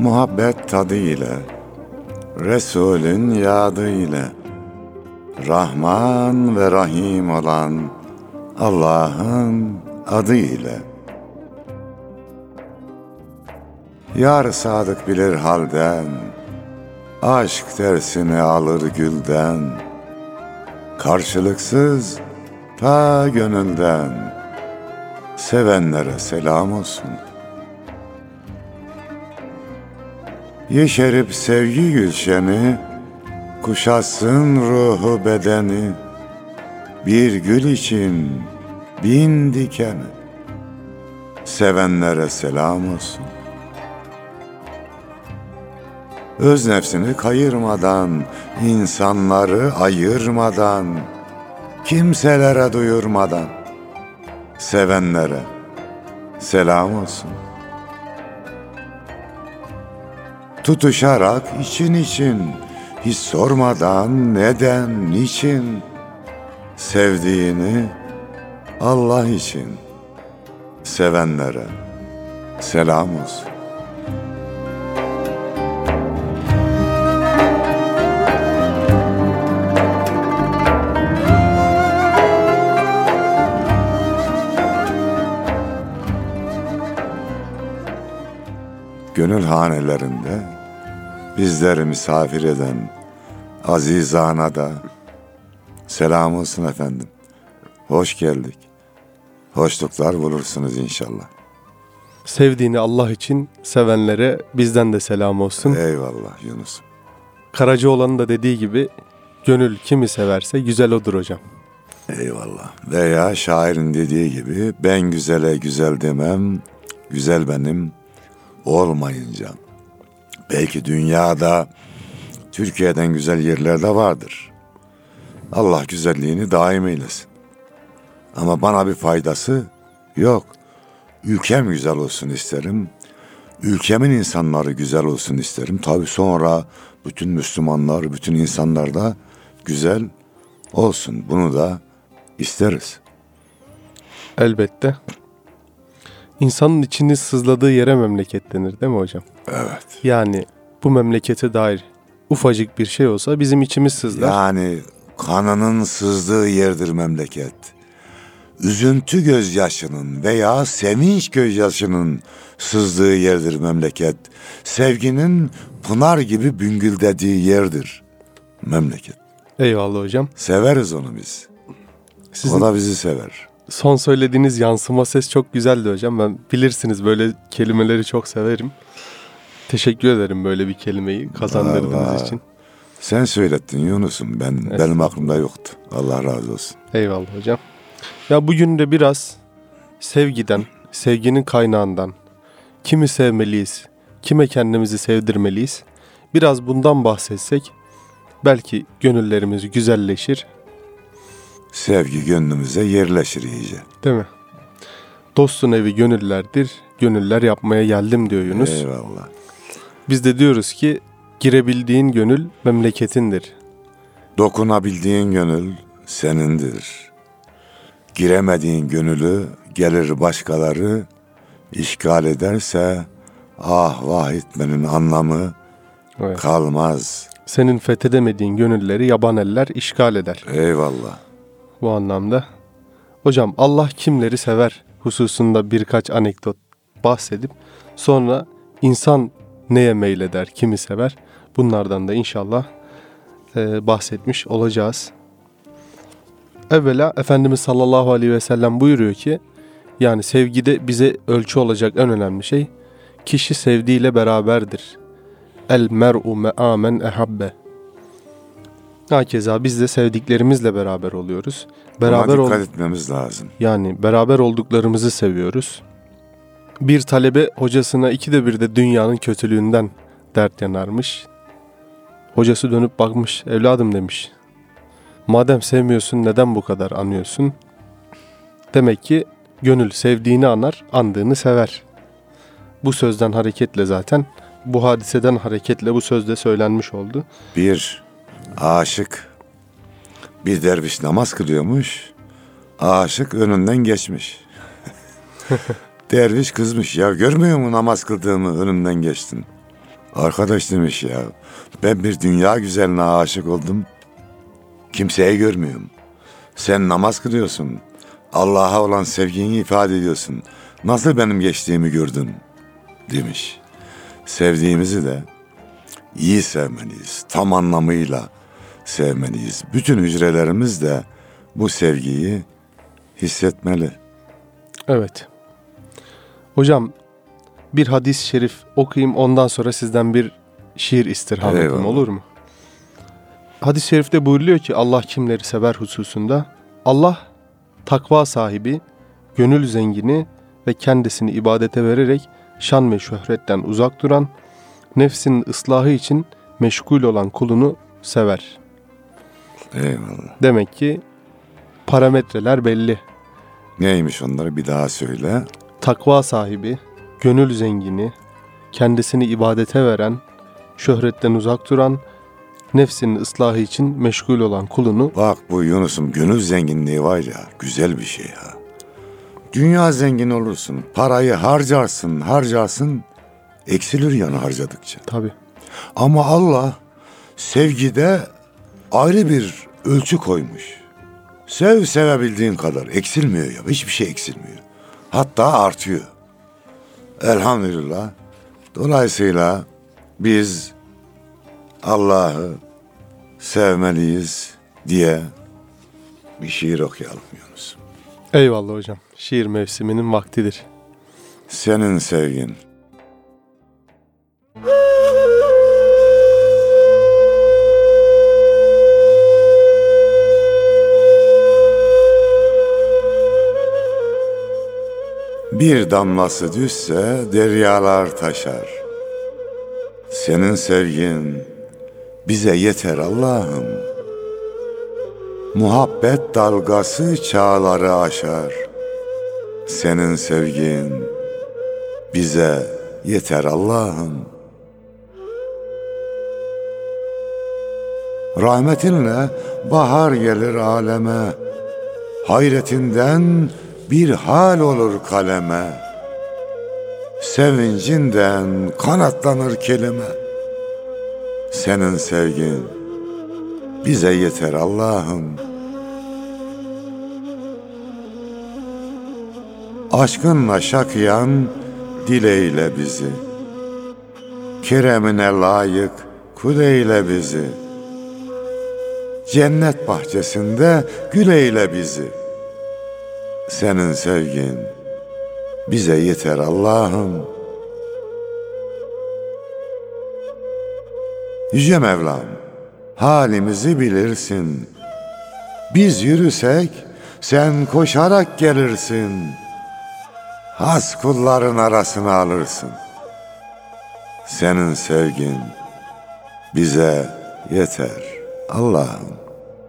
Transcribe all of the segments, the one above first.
muhabbet tadı ile, Resulün yadı ile, Rahman ve Rahim olan Allah'ın adı ile. Yar sadık bilir halden, aşk dersini alır gülden, karşılıksız ta gönülden, sevenlere selam olsun. Yeşerip sevgi gülşeni, kuşatsın ruhu bedeni, bir gül için bin dikeni, sevenlere selam olsun. Öz nefsini kayırmadan, insanları ayırmadan, kimselere duyurmadan, sevenlere selam olsun. Tutuşarak için, hiç sormadan neden, niçin, sevdiğini Allah için, sevenlere selam olsun. Gönül hanelerinde bizleri misafir eden azizana da selam olsun efendim. Hoş geldik. Hoşluklar bulursunuz inşallah. Sevdiğini Allah için sevenlere bizden de selam olsun. Eyvallah Yunus. Karacaoğlan'ın da dediği gibi gönül kimi severse güzel odur hocam. Eyvallah. Veya şairin dediği gibi ben güzele güzel demem, güzel benim olmayınca. Belki dünyada, Türkiye'den güzel yerler de vardır. Allah güzelliğini daim eylesin. Ama bana bir faydası yok. Ülkem güzel olsun isterim. Ülkemin insanları güzel olsun isterim. Tabii sonra bütün Müslümanlar, bütün insanlar da güzel olsun. Bunu da isteriz. Elbette. İnsanın içini sızladığı yere memleket denir değil mi hocam? Evet. Yani bu memlekete dair ufacık bir şey olsa bizim içimiz sızlar. Yani kanının sızdığı yerdir memleket. Üzüntü gözyaşının veya sevinç gözyaşının sızdığı yerdir memleket. Sevginin pınar gibi büngüldediği yerdir memleket. Eyvallah hocam. Severiz onu biz. O da bizi sever. Son söylediğiniz yansıma ses çok güzeldi hocam. Ben bilirsiniz böyle kelimeleri çok severim. Teşekkür ederim böyle bir kelimeyi kazandırdığınız Vallahi için. sen söylettin Yunus'um. Benim aklımda yoktu. Allah razı olsun. Eyvallah hocam. Ya bugün de biraz sevgiden, sevginin kaynağından, kimi sevmeliyiz, kime kendimizi sevdirmeliyiz, biraz bundan bahsetsek belki gönüllerimiz güzelleşir. Sevgi gönlümüze yerleşir iyice. Değil mi? Dostun evi gönüllerdir, gönüller yapmaya geldim diyor Yunus. Eyvallah. Biz de diyoruz ki girebildiğin gönül memleketindir. Dokunabildiğin gönül senindir. Giremediğin gönülü gelir başkaları işgal ederse ah vah etmenin anlamı kalmaz. Senin fethedemediğin gönülleri yaban eller işgal eder. Eyvallah. Bu anlamda. Hocam Allah kimleri sever hususunda birkaç anekdot bahsedip sonra insan neye meyleder, kimi sever bunlardan da inşallah bahsetmiş olacağız. Evvela Efendimiz sallallahu aleyhi ve sellem buyuruyor ki yani sevgide bize ölçü olacak en önemli şey kişi sevdiğiyle beraberdir. El mer'u me'amen ehabbe. Hakeza biz de sevdiklerimizle beraber oluyoruz. Buna dikkat etmemiz lazım. Yani beraber olduklarımızı seviyoruz. Bir talebe hocasına ikide bir de dünyanın kötülüğünden dert yanarmış. Hocası dönüp bakmış, evladım demiş. Madem sevmiyorsun neden bu kadar anıyorsun? Demek ki gönül sevdiğini anar, andığını sever. Bu sözden hareketle zaten, bu hadiseden hareketle bu sözde söylenmiş oldu. Bir aşık, bir derviş namaz kılıyormuş, aşık önünden geçmiş. Derviş kızmış, ya görmüyor musun namaz kıldığımı, önümden geçtin. Arkadaş demiş ya, ben bir dünya güzeline aşık oldum. Kimseye görmüyorum. Sen namaz kılıyorsun. Allah'a olan sevgini ifade ediyorsun. Nasıl benim geçtiğimi gördün demiş. Sevdiğimizi de iyi sevmeliyiz. Tam anlamıyla sevmeliyiz. Bütün hücrelerimiz de bu sevgiyi hissetmeli. Evet. Hocam bir hadis-i şerif okuyayım, ondan sonra sizden bir şiir istirham edeyim, Eyvallah. olur mu? Hadis-i şerifte buyuruluyor ki Allah kimleri sever hususunda. Allah takva sahibi, gönül zengini ve kendisini ibadete vererek şan ve şöhretten uzak duran, nefsinin ıslahı için meşgul olan kulunu sever. Eyvallah. Demek ki parametreler belli. Neymiş onları bir daha söyle. Takva sahibi, gönül zengini, kendisini ibadete veren, şöhretten uzak duran, nefsinin ıslahı için meşgul olan kulunu. Bak bu Yunus'um, gönül zenginliği var ya, güzel bir şey ha. Dünya zengin olursun, parayı harcarsın, eksilir yani harcadıkça. Tabii. Ama Allah sevgide ayrı bir ölçü koymuş. Sevebildiğin kadar, eksilmiyor ya, hiçbir şey eksilmiyor. Hatta artıyor. Elhamdülillah. Dolayısıyla biz Allah'ı sevmeliyiz diye bir şiir okuyalım Yunus. Eyvallah hocam. Şiir mevsiminin vaktidir. Senin sevgin. Bir damlası düşse deryalar taşar. Senin sevgin bize yeter Allah'ım. Muhabbet dalgası çağları aşar. Senin sevgin bize yeter Allah'ım. Rahmetinle bahar gelir aleme. Hayretinden bir hal olur kaleme. Sevincinden kanatlanır kelime. Senin sevgin bize yeter Allah'ım. Aşkınla şakıyan dileyle bizi. Keremine layık kul eyle bizi. Cennet bahçesinde gül eyle bizi. Senin sevgin bize yeter Allah'ım. Yüce Mevlam, halimizi bilirsin. Biz yürüsek sen koşarak gelirsin. Has kulların arasına alırsın. Senin sevgin bize yeter Allah'ım.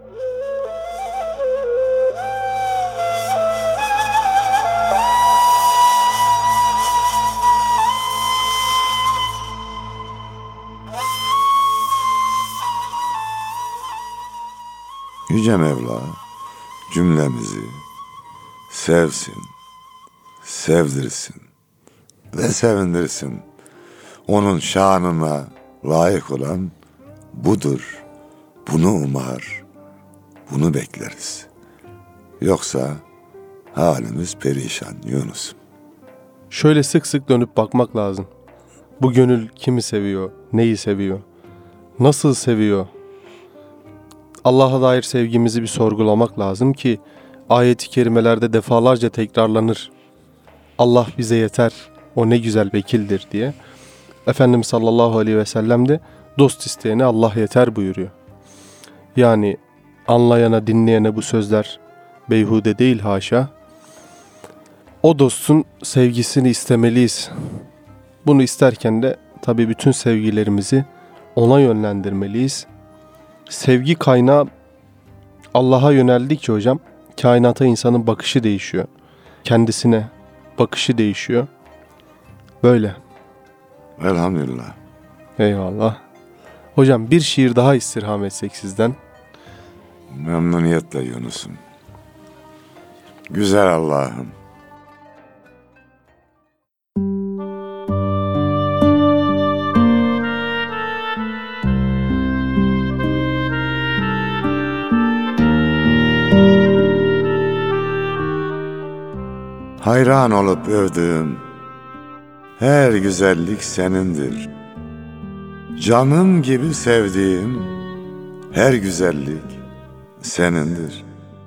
Yüce Mevla cümlemizi sevsin, sevdirsin ve sevindirsin. Onun şanına layık olan budur. Bunu umar, bunu bekleriz. Yoksa halimiz perişan Yunus. Şöyle sık sık dönüp bakmak lazım. Bu gönül kimi seviyor, neyi seviyor, nasıl seviyor? Allah'a dair sevgimizi bir sorgulamak lazım ki ayet-i kerimelerde defalarca tekrarlanır. Allah bize yeter, o ne güzel vekildir diye. Efendimiz sallallahu aleyhi ve sellem de dost isteyene Allah yeter buyuruyor. Yani anlayana, dinleyene bu sözler beyhude değil haşa. O dostun sevgisini istemeliyiz. Bunu isterken de tabii bütün sevgilerimizi ona yönlendirmeliyiz. Sevgi kaynağı Allah'a yöneldikçe hocam kainata insanın bakışı değişiyor. Kendisine bakışı değişiyor. Böyle. Elhamdülillah. Eyvallah. Hocam bir şiir daha istirham etsek sizden. Memnuniyetle Yunus'um. Güzel Allah'ım. hayran olup övdüğüm her güzellik senindir. Canım gibi sevdiğim her güzellik senindir.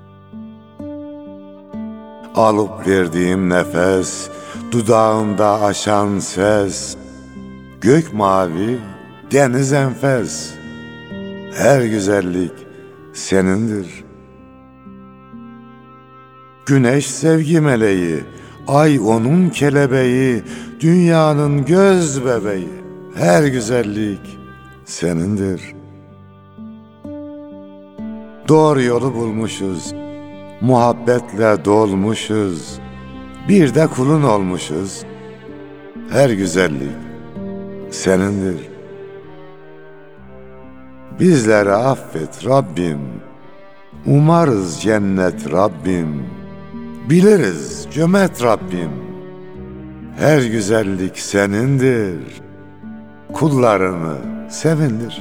Alıp verdiğim nefes, dudağımda aşan ses, gök mavi, deniz enfes, her güzellik senindir. Güneş sevgi meleği, ay onun kelebeği, dünyanın göz bebeği, her güzellik senindir. Doğru yolu bulmuşuz, muhabbetle dolmuşuz, bir de kulun olmuşuz, her güzellik senindir. Bizleri affet Rabbim, umarız cennet Rabbim, biliriz cömert Rabbim, her güzellik senindir, kullarını sevindir.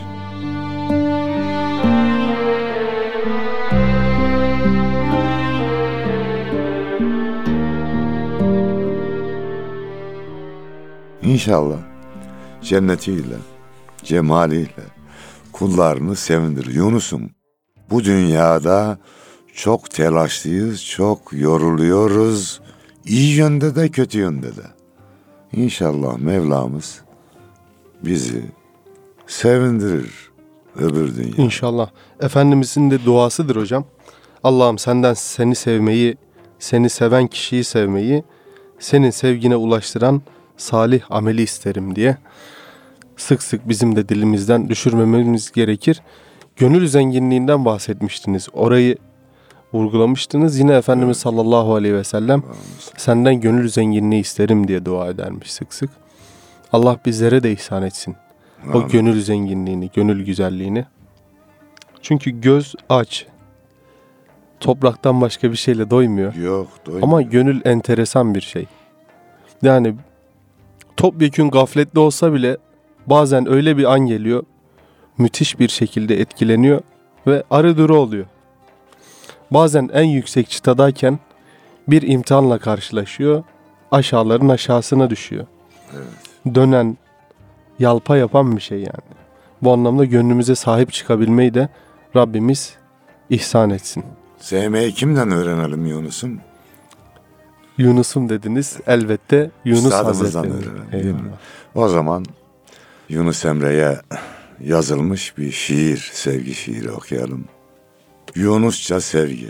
İnşallah cennetiyle, cemaliyle kullarını sevindir. Yunus'um, bu dünyada çok telaşlıyız, çok yoruluyoruz. İyi yönde de kötü yönde de. İnşallah Mevlamız bizi sevindirir öbür dünya. İnşallah. Efendimizin de duasıdır hocam. Allah'ım senden seni sevmeyi, seni seven kişiyi sevmeyi, senin sevgine ulaştıran salih ameli isterim diye sık sık bizim de dilimizden düşürmememiz gerekir. Gönül zenginliğinden bahsetmiştiniz. Orayı vurgulamıştınız. Yine Efendimiz sallallahu aleyhi ve sellem senden gönül zenginliği isterim diye dua edermiş sık sık. Allah bizlere de ihsan etsin. O gönül zenginliğini, gönül güzelliğini. Çünkü göz aç. Topraktan başka bir şeyle doymuyor. Yok, doymuyor. Ama gönül enteresan bir şey. Yani topyekün gafletli olsa bile bazen öyle bir an geliyor, müthiş bir şekilde etkileniyor ve arı duru oluyor. Bazen en yüksek çıtadayken bir imtihanla karşılaşıyor, aşağıların aşağısına düşüyor. Evet. Dönen, yalpa yapan bir şey yani. Bu anlamda gönlümüze sahip çıkabilmeyi de Rabbimiz ihsan etsin. Sevmeyi kimden öğrenelim Yunus'um? Yunus'um dediniz, elbette Yunus Üstadımızdan Hazretleri. öğrenelim, değil mi? Eyvallah. O zaman Yunus Emre'ye yazılmış bir şiir, sevgi şiiri okuyalım. Yunusça sevgi.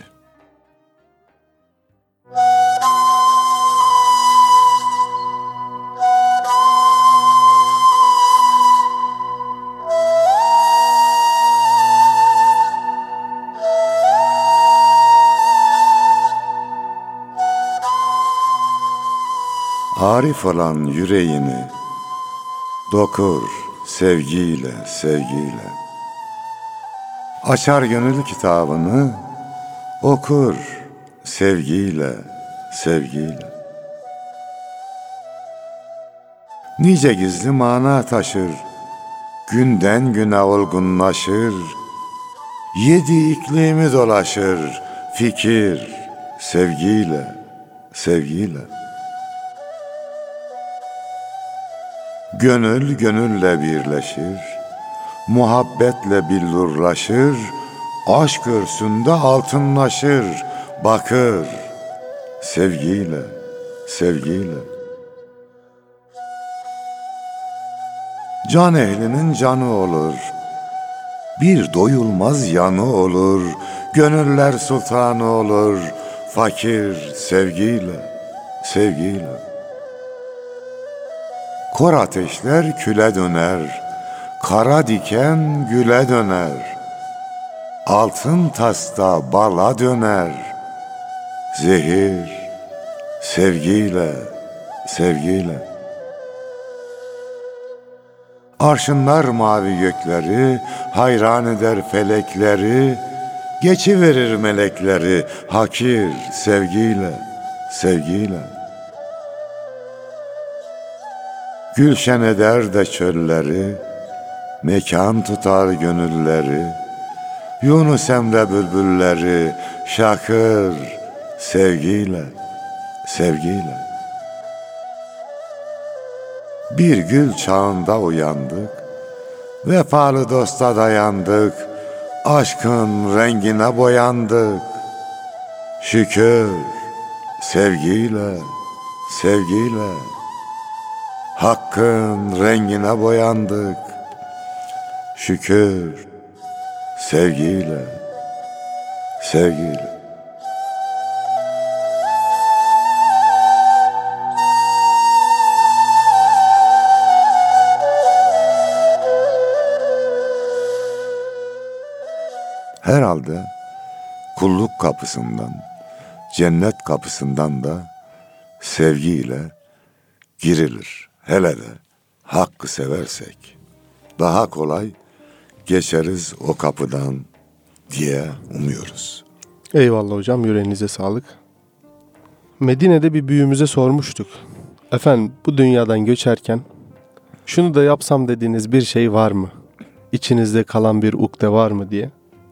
Arif olan yüreğini dokur sevgiyle, sevgiyle. Açar gönül kitabını, okur sevgiyle, sevgiyle. Nice gizli mana taşır, günden güne olgunlaşır, yedi iklimi dolaşır, fikir sevgiyle, sevgiyle. Gönül gönülle birleşir, muhabbetle billurlaşır, aşk örsünde altınlaşır, bakır sevgiyle, sevgiyle. Can ehlinin canı olur, bir doyulmaz yanı olur, gönüller sultanı olur, fakir sevgiyle, sevgiyle. Kor ateşler küle döner, kara diken güle döner, altın tasta bala döner, zehir sevgiyle, sevgiyle. Arşınlar mavi gökleri, hayran eder felekleri, geçiverir melekleri, hakir sevgiyle, sevgiyle. Gülşen eder de çölleri, mekan tutar gönülleri, Yunus Emre bülbülleri, şakır sevgiyle, sevgiyle. Bir gül çağında uyandık, vefalı dosta dayandık, aşkın rengine boyandık. Şükür, sevgiyle, sevgiyle, hakkın rengine boyandık. Şükür, sevgiyle, sevgiyle. Herhalde kulluk kapısından, cennet kapısından da sevgiyle girilir. Hele de hakkı seversek daha kolay geçeriz o kapıdan diye umuyoruz. Eyvallah hocam, yüreğinize sağlık. Medine'de bir büyüğümüze sormuştuk. Efendim, bu dünyadan göçerken şunu da yapsam dediğiniz bir şey var mı? İçinizde kalan bir ukde var mı diye.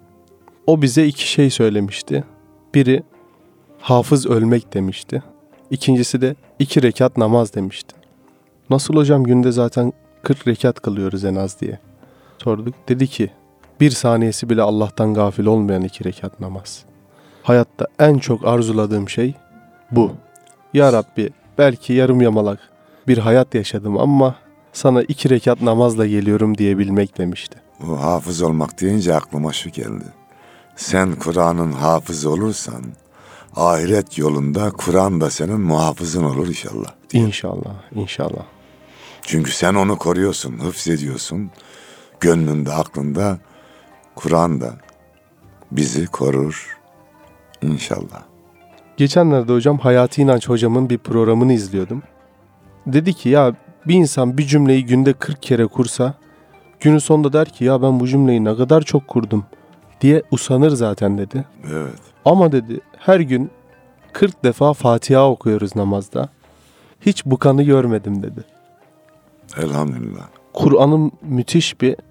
O bize iki şey söylemişti. Biri hafız ölmek demişti. İkincisi de 2 rekat namaz demişti. Nasıl hocam, günde zaten 40 rekat kılıyoruz en az diye sorduk. Dedi ki 1 saniyesi bile Allah'tan gafil olmayan 2 rekat namaz. Hayatta en çok arzuladığım şey bu. Ya Rabbi, belki yarım yamalak bir hayat yaşadım ama sana 2 rekat namazla geliyorum diyebilmek demişti. O hafız olmak deyince aklıma şu geldi. Sen Kur'an'ın hafızı olursan ahiret yolunda Kur'an da senin muhafızın olur inşallah. İnşallah, inşallah. Çünkü sen onu koruyorsun, hıfzediyorsun. Gönlünde, aklında Kur'an da bizi korur inşallah. Geçenlerde hocam Hayati İnanç hocamın bir programını izliyordum. Dedi ki ya bir insan bir cümleyi günde 40 kere kursa günün sonunda der ki ya ben bu cümleyi ne kadar çok kurdum diye usanır zaten dedi. Evet. Ama dedi her gün 40 defa Fatiha okuyoruz namazda. Hiç bıkanı görmedim dedi. Elhamdülillah. Kur'an'ın müthiş bir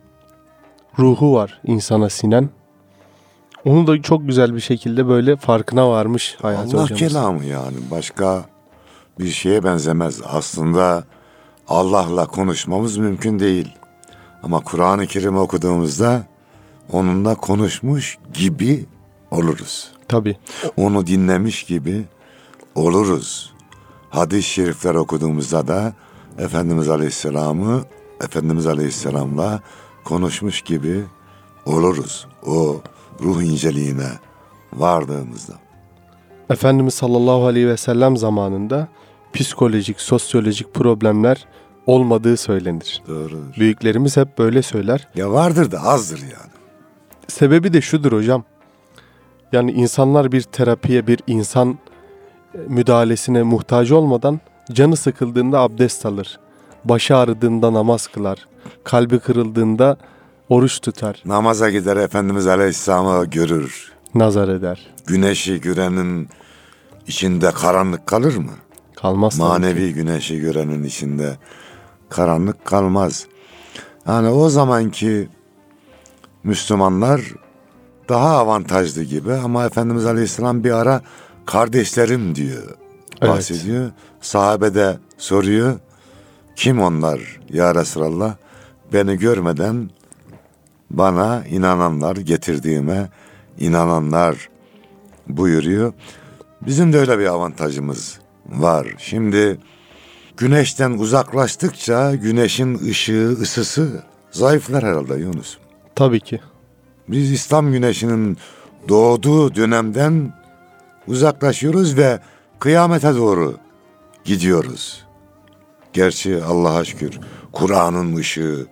ruhu var insana sinen. Onu da çok güzel bir şekilde böyle farkına varmış Hayati Allah hocamız. kelamı yani başka bir şeye benzemez. Aslında Allah'la konuşmamız mümkün değil. Ama Kur'an-ı Kerim okuduğumuzda onunla konuşmuş gibi oluruz. Tabii. Onu dinlemiş gibi oluruz. Hadis-i şerifler okuduğumuzda da Efendimiz Aleyhisselam'la konuşmuş gibi oluruz. O ruh inceliğine vardığımızda. Efendimiz sallallahu aleyhi ve sellem zamanında psikolojik, sosyolojik problemler olmadığı söylenir. Doğrudur. Büyüklerimiz hep böyle söyler. Ya vardır da azdır yani. Sebebi de şudur hocam. Yani insanlar bir terapiye, bir insan müdahalesine muhtaç olmadan canı sıkıldığında abdest alır. Başı ağrıdığında namaz kılar. Kalbi kırıldığında oruç tutar. Namaza gider Efendimiz Aleyhisselam'ı görür. Nazar eder. Güneşi görenin içinde karanlık kalır mı? Kalmaz tabii ki. Manevi güneşi görenin içinde karanlık kalmaz. Yani o zamanki Müslümanlar daha avantajlı gibi ama Efendimiz Aleyhisselam bir ara kardeşlerim diyor, bahsediyor. Evet. Sahabe de soruyor, kim onlar ya Resulallah? Beni görmeden bana inananlar, getirdiğime inananlar buyuruyor. Bizim de öyle bir avantajımız var. Şimdi güneşten uzaklaştıkça güneşin ışığı, ısısı zayıflar herhalde Yunus. Tabii ki. Biz İslam güneşinin doğduğu dönemden uzaklaşıyoruz ve kıyamete doğru gidiyoruz. Gerçi Allah'a şükür Kur'an'ın ışığı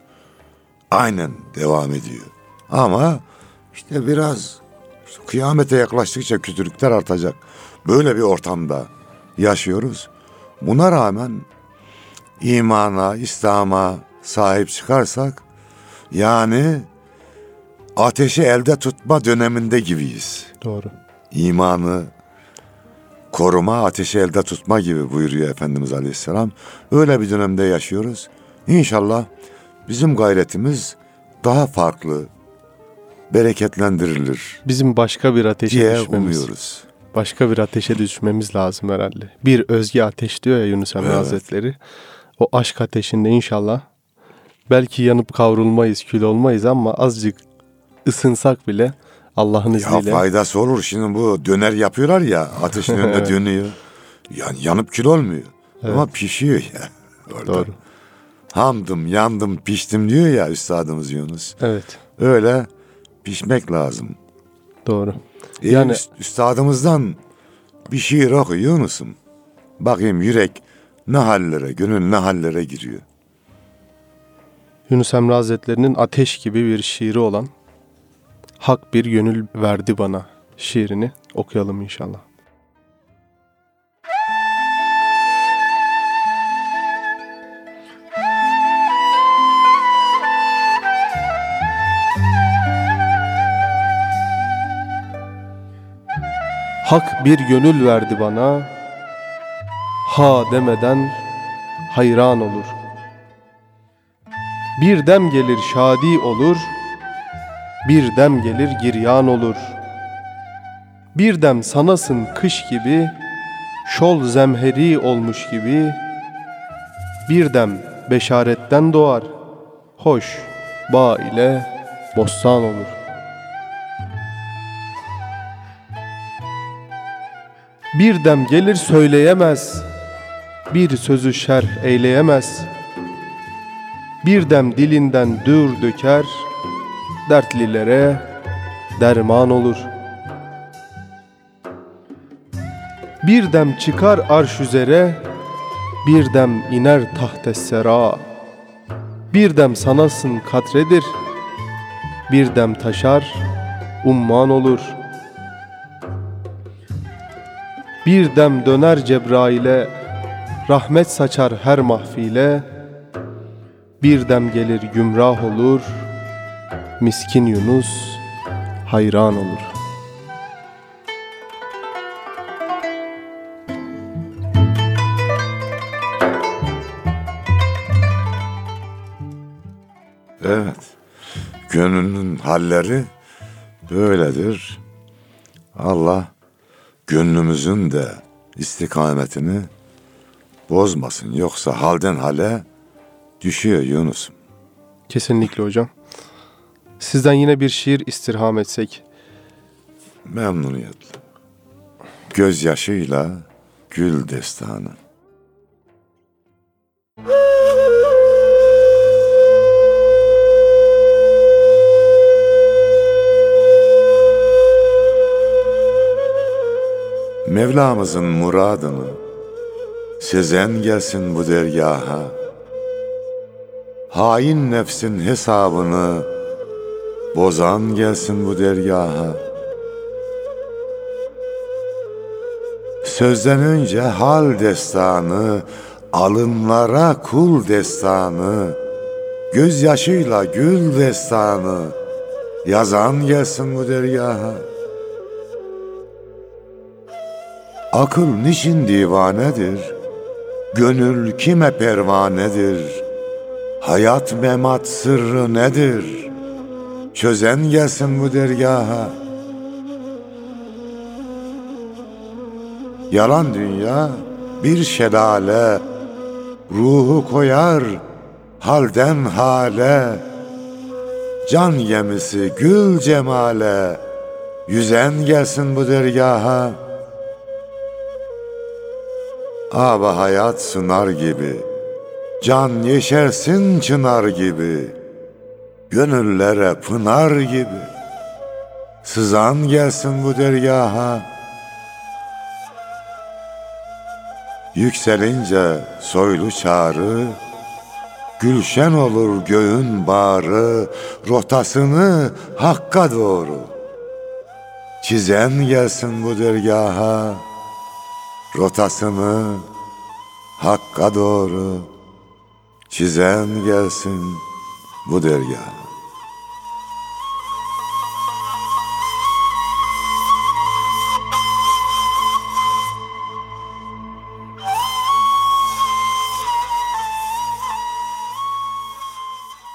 aynen devam ediyor. Ama işte biraz kıyamete yaklaştıkça kötülükler artacak. Böyle bir ortamda yaşıyoruz. Buna rağmen imana, İslam'a sahip çıkarsak yani ateşi elde tutma döneminde gibiyiz. Doğru. İmanı koruma, ateşi elde tutma gibi buyuruyor Efendimiz Aleyhisselam. Öyle bir dönemde yaşıyoruz. İnşallah bizim gayretimiz daha farklı, bereketlendirilir bizim başka bir ateşe diye düşmemiz. umuyoruz. başka bir ateşe düşmemiz lazım herhalde. Bir özge ateş diyor ya Yunus Emre Evet. Hazretleri. O aşk ateşinde inşallah belki yanıp kavrulmayız, kül olmayız ama azıcık ısınsak bile Allah'ın Ya izniyle. faydası olur. Şimdi bu döner yapıyorlar ya, ateşin önünde Evet. dönüyor. Yani yanıp kül olmuyor. Evet. Ama pişiyor ya. Orada. Doğru. Hamdım, yandım, piştim diyor ya Üstadımız Yunus. Evet. Öyle pişmek lazım. Doğru. Yani üstadımızdan bir şiir oku Yunus'um. Bakayım yürek ne hallere, gönül ne hallere giriyor. Yunus Emre Hazretleri'nin ateş gibi bir şiiri olan Hak bir gönül verdi bana şiirini okuyalım inşallah. Hak bir gönül verdi bana, ha demeden hayran olur. Bir dem gelir şadi olur, bir dem gelir giryan olur. Bir dem sanasın kış gibi, şol zemheri olmuş gibi. Bir dem beşaretten doğar, hoş bağ ile bostan olur. Bir dem gelir söyleyemez, bir sözü şerh eyleyemez. Bir dem dilinden dür döker, dertlilere derman olur. Bir dem çıkar arş üzere, bir dem iner tahtes sera. Bir dem sanasın katredir, bir dem taşar umman olur. Bir dem döner Cebrail'e, rahmet saçar her mahfile. Bir dem gelir gümrah olur, miskin Yunus hayran olur. Evet. Gönlünün halleri böyledir. Allah gönlümüzün de istikametini bozmasın. Yoksa halden hale düşüyor Yunus'um. Kesinlikle hocam. Sizden yine bir şiir istirham etsek. Memnuniyetle. Gözyaşıyla gül destanı. Mevlamızın muradını sezen gelsin bu dergaha. Hain nefsin hesabını bozan gelsin bu dergaha. Sözden önce hal destanı, alınlara kul destanı, gözyaşıyla gül destanı yazan gelsin bu dergaha. Akıl niçin divanedir, gönül kime pervanedir, hayat memat sırrı nedir, çözen gelsin bu dergaha. Yalan dünya bir şelale, ruhu koyar halden hale, can gemisi gül cemale, yüzen gelsin bu dergaha. Abi hayat sınar gibi, can yeşersin çınar gibi, gönüllere pınar gibi, sızan gelsin bu dergaha. Yükselince soylu çağrı, gülşen olur göğün bağrı, rotasını hakka doğru, çizen gelsin bu dergaha. Rotasını hakka doğru çizen gelsin bu dergaha.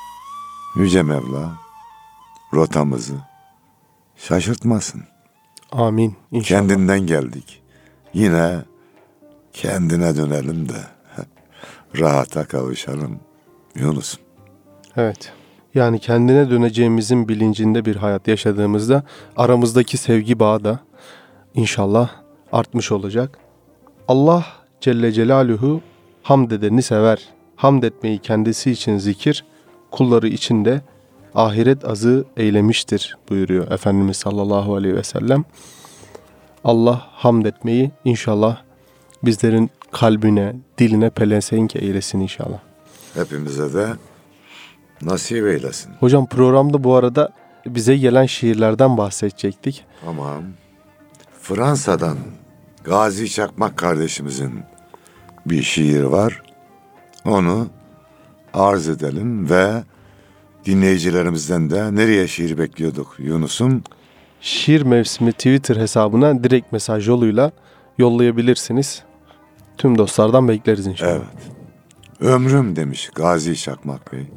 Yüce Mevla rotamızı şaşırtmasın. Amin. İnşallah. Kendinden geldik. Yine kendine dönelim de rahata kavuşalım Yunus'um. Evet. Yani kendine döneceğimizin bilincinde bir hayat yaşadığımızda aramızdaki sevgi bağı da inşallah artmış olacak. Allah Celle Celaluhu hamd edeni sever. Hamd etmeyi kendisi için zikir, kulları için de ahiret azı eylemiştir buyuruyor Efendimiz sallallahu aleyhi ve sellem. Allah hamd etmeyi inşallah bizlerin kalbine, diline pelesenk eylesin inşallah. Hepimize de nasip eylesin. Hocam programda bu arada bize gelen şiirlerden bahsedecektik. Tamam. Fransa'dan Gazi Çakmak kardeşimizin bir şiir var. Onu arz edelim ve dinleyicilerimizden de nereye şiir bekliyorduk Yunus'um? Şiir Mevsimi Twitter hesabına direkt mesaj yoluyla yollayabilirsiniz. Tüm dostlardan bekleriz inşallah. Evet. Ömrüm demiş Gazi Çakmak Bey.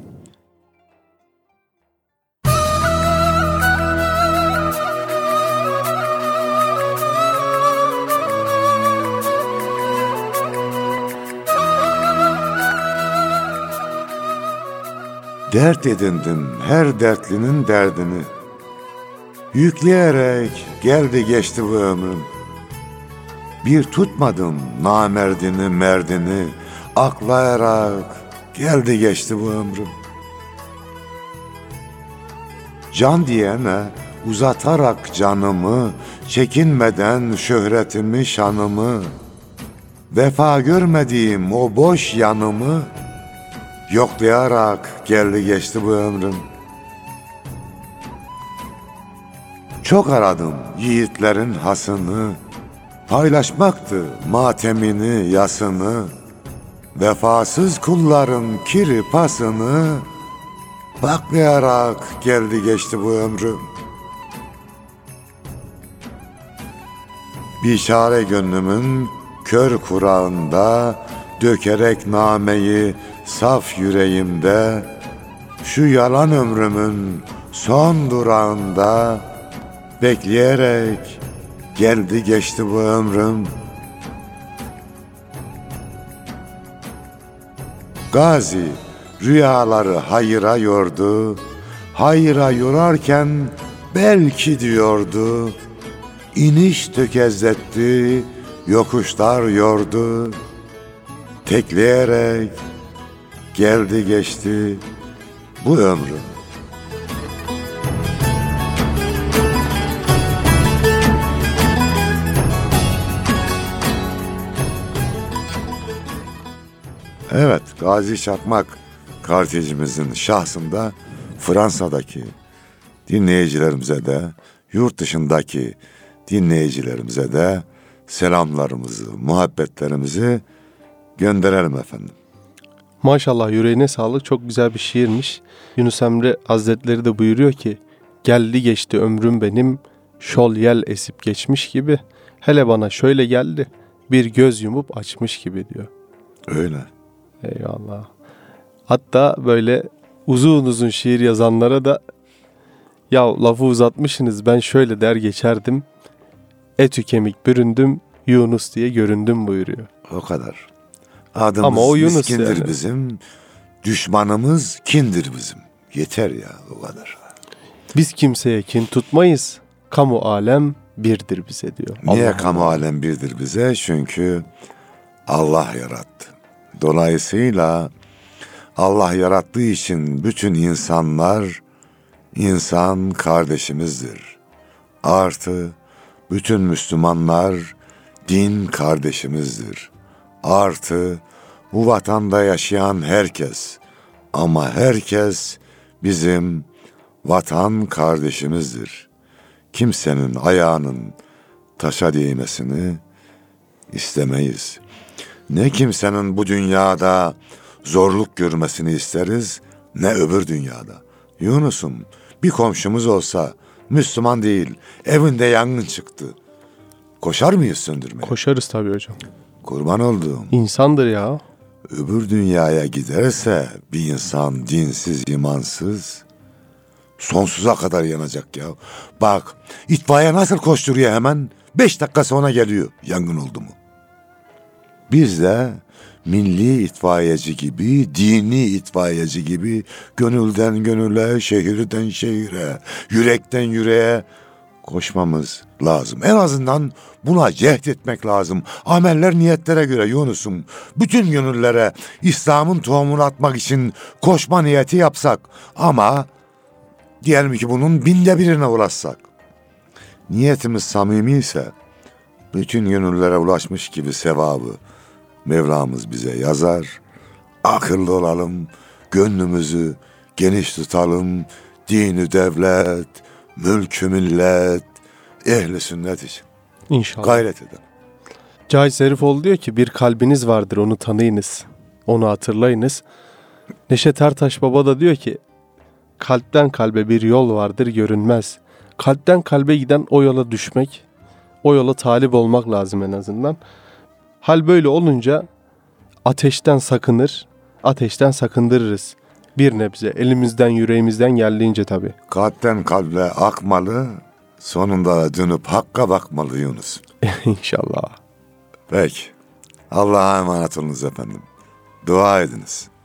Dert edindim her dertlinin derdini. Yükleyerek geldi geçti bu ömrüm. Bir tutmadım namerdini merdini. Aklayarak geldi geçti bu ömrüm. Can diyene uzatarak canımı, çekinmeden şöhretimi şanımı, vefa görmediğim o boş yanımı, yoklayarak geldi geçti bu ömrüm. Çok aradım yiğitlerin hasını, paylaşmaktı matemini yasını, vefasız kulların kiri pasını, baklayarak geldi geçti bu ömrüm. Biçare gönlümün kör kurağında, dökerek nameyi saf yüreğimde, şu yalan ömrümün son durağında, bekleyerek geldi geçti bu ömrüm. Gazi rüyaları hayıra yordu, hayıra yorarken belki diyordu, iniş tökezletti, yokuşlar yordu, tekleyerek geldi geçti bu ömrüm. Evet, Gazi Çakmak kardeşimizin şahsında Fransa'daki dinleyicilerimize de, yurt dışındaki dinleyicilerimize de selamlarımızı, muhabbetlerimizi gönderelim efendim. Maşallah, yüreğine sağlık, çok güzel bir şiirmiş. Yunus Emre Hazretleri de buyuruyor ki, geldi geçti ömrüm benim, şol yel esip geçmiş gibi, hele bana şöyle geldi, bir göz yumup açmış gibi diyor. Öyle. Eyvallah. Hatta böyle uzun uzun şiir yazanlara da, ya lafı uzatmışsınız, ben şöyle der geçerdim, etü kemik büründüm, Yunus diye göründüm buyuruyor. O kadar. Adımız ama o Yunus miskindir yani. Bizim, düşmanımız kindir bizim. Yeter ya, o kadar. Biz kimseye kin tutmayız, kamu alem birdir bize diyor. Niye Allah kamu Allah. alem birdir bize? Çünkü Allah yarattı. Dolayısıyla Allah yarattığı için bütün insanlar insan kardeşimizdir. Artı bütün Müslümanlar din kardeşimizdir. Artı bu vatanda yaşayan herkes, ama herkes bizim vatan kardeşimizdir. Kimsenin ayağının taşa değmesini istemeyiz. Ne kimsenin bu dünyada zorluk görmesini isteriz, ne öbür dünyada. Yunus'um, bir komşumuz olsa Müslüman değil, evinde yangın çıktı. Koşar mıyız söndürmeye? Koşarız tabii hocam. Kurban olduğum. İnsandır ya. Öbür dünyaya giderse bir insan dinsiz, imansız, Sonsuza kadar yanacak ya. Bak, itfaiye nasıl koşturuyor hemen? 5 dakika sonra geliyor yangın oldu mu. Biz de milli itfaiyeci gibi, dini itfaiyeci gibi gönülden gönüle, şehirden şehire, yürekten yüreğe koşmamız lazım. En azından buna cehd etmek lazım. Ameller niyetlere göre Yunus'um. Bütün gönüllere İslam'ın tohumunu atmak için koşma niyeti yapsak. Ama diyelim ki bunun 1/1000'ine ulaşsak. Niyetimiz samimi ise bütün gönüllere ulaşmış gibi sevabı Mevlamız bize yazar. Akıllı olalım, gönlümüzü geniş tutalım. Dini devlet, mülkü millet, ehli sünnet için İnşallah. gayret edelim. Cahit Zarifoğlu diyor ki bir kalbiniz vardır onu tanıyınız. Onu hatırlayınız. Neşet Ertaş Baba da diyor ki kalpten kalbe bir yol vardır görünmez. Kalpten kalbe giden o yola düşmek, o yola talip olmak lazım en azından. Hal böyle olunca ateşten sakınır, ateşten sakındırırız. Bir nebze elimizden yüreğimizden geldiğince tabii. Kalpten kalbe akmalı, sonunda dönüp hakka bakmalı Yunus. İnşallah. Peki, Allah'a emanet olunuz efendim. Dua ediniz.